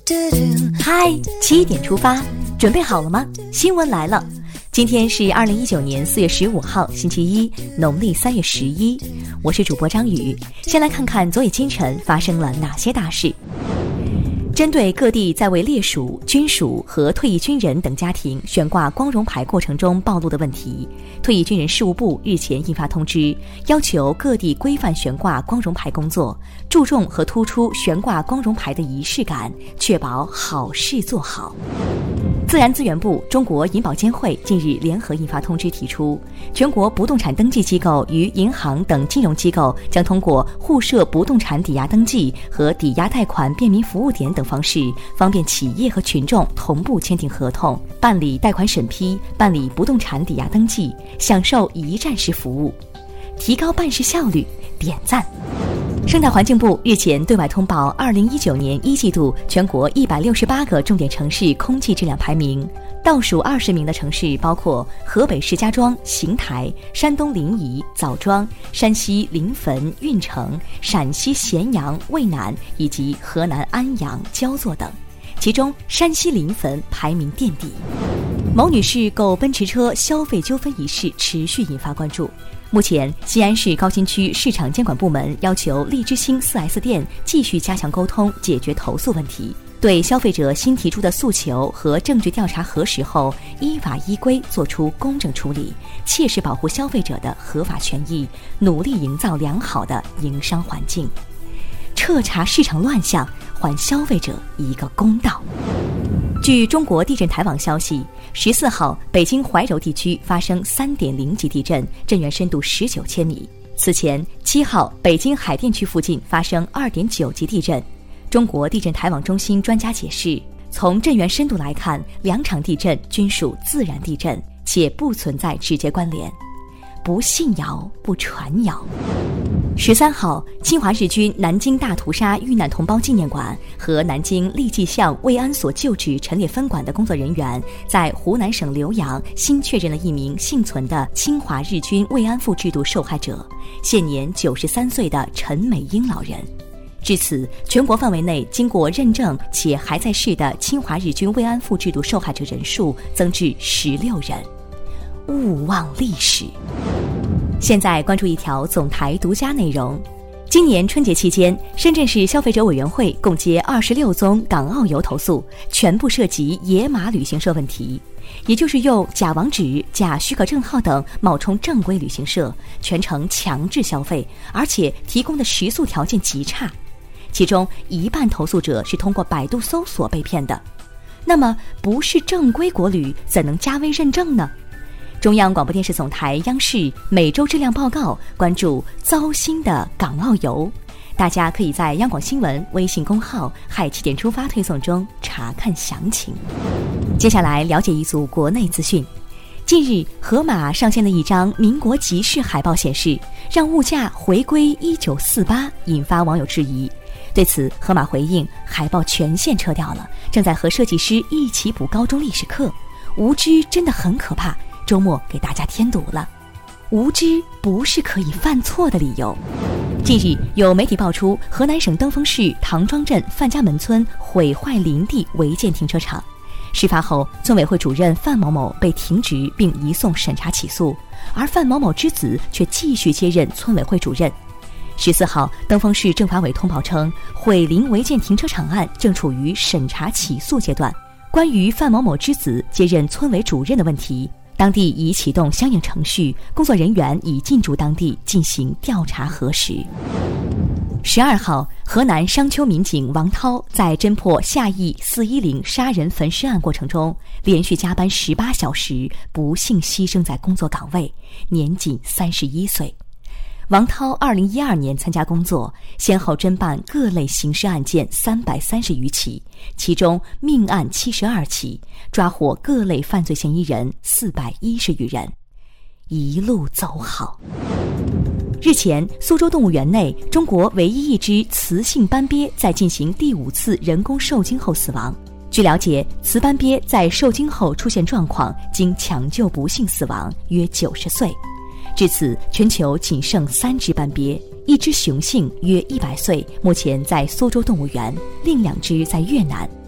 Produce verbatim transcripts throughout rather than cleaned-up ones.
嗨，七点出发，准备好了吗？新闻来了。今天是二零一九年四月十五号，星期一，农历三月十一。我是主播张宇，先来看看昨夜今晨发生了哪些大事。针对各地在为烈属、军属和退役军人等家庭悬挂光荣牌过程中暴露的问题，退役军人事务部日前印发通知，要求各地规范悬挂光荣牌工作，注重和突出悬挂光荣牌的仪式感，确保好事做好。自然资源部、中国银保监会近日联合印发通知，提出全国不动产登记机构与银行等金融机构将通过互设不动产抵押登记和抵押贷款便民服务点等方式，方便企业和群众同步签订合同、办理贷款审批、办理不动产抵押登记，享受一站式服务，提高办事效率，点赞。生态环境部日前对外通报二零一九年一季度全国一百六十八个重点城市空气质量排名，倒数二十名的城市包括河北石家庄、邢台、山东临沂、枣庄、山西临汾、运城、陕西咸阳、渭南以及河南安阳、焦作等，其中山西临汾排名垫底。某女士购奔驰车消费纠纷一事持续引发关注。目前，西安市高新区市场监管部门要求荔枝星 四 S 店继续加强沟通，解决投诉问题，对消费者新提出的诉求和证据调查核实后，依法依规作出公正处理，切实保护消费者的合法权益，努力营造良好的营商环境，彻查市场乱象，还消费者一个公道。据中国地震台网消息，十四号北京怀柔地区发生 三点零 级地震，震源深度十九千米。此前七号北京海淀区附近发生 二点九 级地震。中国地震台网中心专家解释，从震源深度来看，两场地震均属自然地震，且不存在直接关联，不信谣不传谣。十三号，侵华日军南京大屠杀遇难同胞纪念馆和南京利济巷慰安所旧址陈列分馆的工作人员，在湖南省浏阳新确认了一名幸存的侵华日军慰安妇制度受害者，现年九十三岁的陈美英老人。至此，全国范围内经过认证且还在世的侵华日军慰安妇制度受害者人数增至十六人。勿忘历史。现在关注一条总台独家内容。今年春节期间，深圳市消费者委员会共接二十六宗港澳游投诉，全部涉及野马旅行社问题，也就是用假网址、假许可证号等冒充正规旅行社，全程强制消费，而且提供的食宿条件极差。其中一半投诉者是通过百度搜索被骗的。那么，不是正规国旅怎能加微认证呢？中央广播电视总台央视每周质量报告关注糟心的港澳游，大家可以在央广新闻微信公号嗨七点出发推送中查看详情。接下来了解一组国内资讯。近日，盒马上线的一张民国集市海报显示，让物价回归一九四八，引发网友质疑。对此，盒马回应，海报全线撤掉了，正在和设计师一起补高中历史课。无知真的很可怕，周末给大家添堵了。无知不是可以犯错的理由。近日，有媒体爆出河南省登封市唐庄镇范家门村毁坏林地违建停车场。事发后，村委会主任范某某被停职并移送审查起诉，而范某某之子却继续接任村委会主任。十四号，登封市政法委通报称，毁林违建停车场案正处于审查起诉阶段。关于范某某之子接任村委主任的问题，当地已启动相应程序，工作人员已进驻当地进行调查核实。十二号，河南商丘民警王涛在侦破夏邑四一零杀人焚尸案过程中，连续加班十八小时，不幸牺牲在工作岗位，年仅三十一岁。王涛二零一二年参加工作，先后侦办各类刑事案件三百三十余起，其中命案七十二起，抓获各类犯罪嫌疑人四百一十余人。一路走好。日前，苏州动物园内中国唯一一只雌性斑鳖在进行第五次人工受精后死亡。据了解，雌斑鳖在受精后出现状况，经抢救不幸死亡，约九十岁。至此，全球仅剩三只斑鳖，一只雄性约一百岁，目前在苏州动物园，另两只在越南。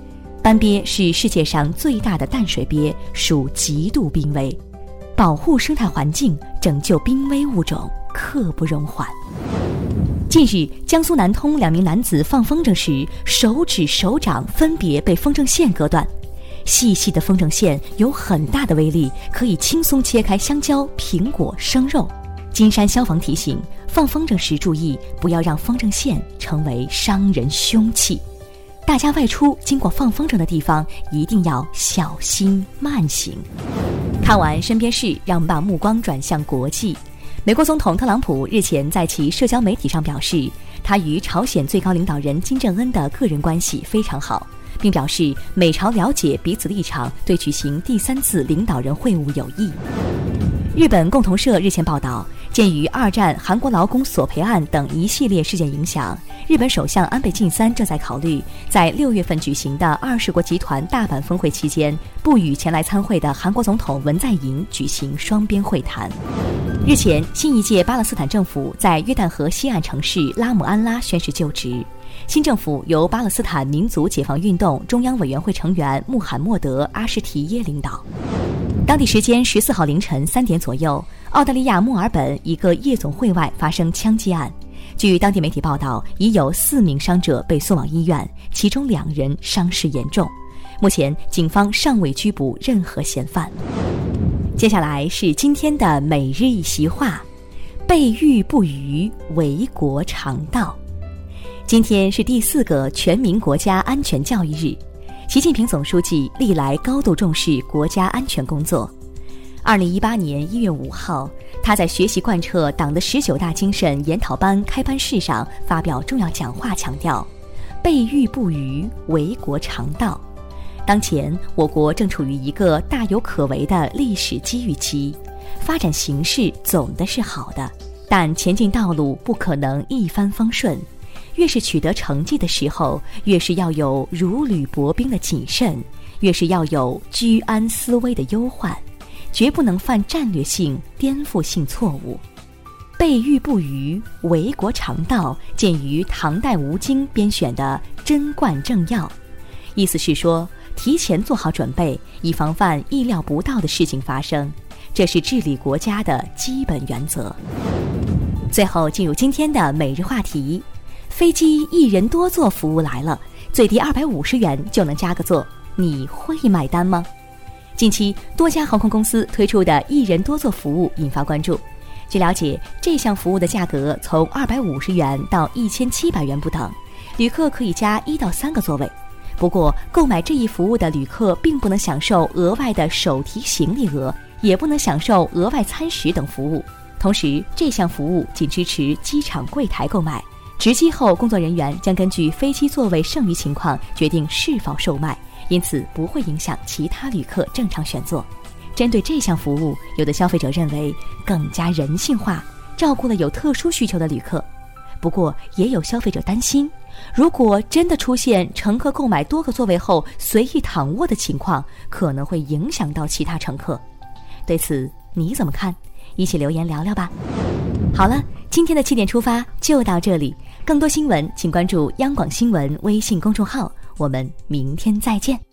斑鳖是世界上最大的淡水鳖，属极度濒危。保护生态环境，拯救濒危物种，刻不容缓。近日，江苏南通两名男子放风筝时，手指、手掌分别被风筝线割断。细细的风筝线有很大的威力，可以轻松切开香蕉、苹果、生肉。金山消防提醒，放风筝时注意，不要让风筝线成为伤人凶器。大家外出经过放风筝的地方，一定要小心慢行。看完身边事，让我们把目光转向国际。美国总统特朗普日前在其社交媒体上表示，他与朝鲜最高领导人金正恩的个人关系非常好，并表示美朝了解彼此立场，对举行第三次领导人会晤有益。日本共同社日前报道，鉴于二战韩国劳工索赔案等一系列事件影响，日本首相安倍晋三正在考虑在六月份举行的二十国集团大阪峰会期间，不与前来参会的韩国总统文在寅举行双边会谈。日前，新一届巴勒斯坦政府在约旦河西岸城市拉姆安拉宣誓就职。新政府由巴勒斯坦民族解放运动中央委员会成员穆罕默德·阿什提耶领导。当地时间十四号凌晨三点左右，澳大利亚墨尔本一个夜总会外发生枪击案。据当地媒体报道，已有四名伤者被送往医院，其中两人伤势严重。目前，警方尚未拘捕任何嫌犯。接下来是今天的每日一席话：备御不虞，为国常道。今天是第四个全民国家安全教育日。习近平总书记历来高度重视国家安全工作。二零一八年一月五号，他在学习贯彻党的十九大精神研讨班开班式上发表重要讲话，强调备御不虞，为国常道。当前我国正处于一个大有可为的历史机遇期，发展形势总的是好的，但前进道路不可能一帆风顺。越是取得成绩的时候，越是要有如履薄冰的谨慎，越是要有居安思危的忧患，绝不能犯战略性、颠覆性错误。备御不虞，为国常道，见于唐代吴经编选的《贞观政要》，意思是说，提前做好准备，以防范意料不到的事情发生，这是治理国家的基本原则。最后进入今天的每日话题。飞机一人多座服务来了，最低二百五十元就能加个座，你会买单吗？近期多家航空公司推出的一人多座服务引发关注。据了解，这项服务的价格从二百五十元到一千七百元不等，旅客可以加一到三个座位。不过，购买这一服务的旅客并不能享受额外的手提行李额，也不能享受额外餐食等服务。同时，这项服务仅支持机场柜台购买。值机后，工作人员将根据飞机座位剩余情况决定是否售卖，因此不会影响其他旅客正常选座。针对这项服务，有的消费者认为更加人性化，照顾了有特殊需求的旅客。不过，也有消费者担心，如果真的出现乘客购买多个座位后随意躺卧的情况，可能会影响到其他乘客。对此，你怎么看？一起留言聊聊吧。好了，今天的七点出发就到这里。更多新闻请关注央广新闻微信公众号，我们明天再见。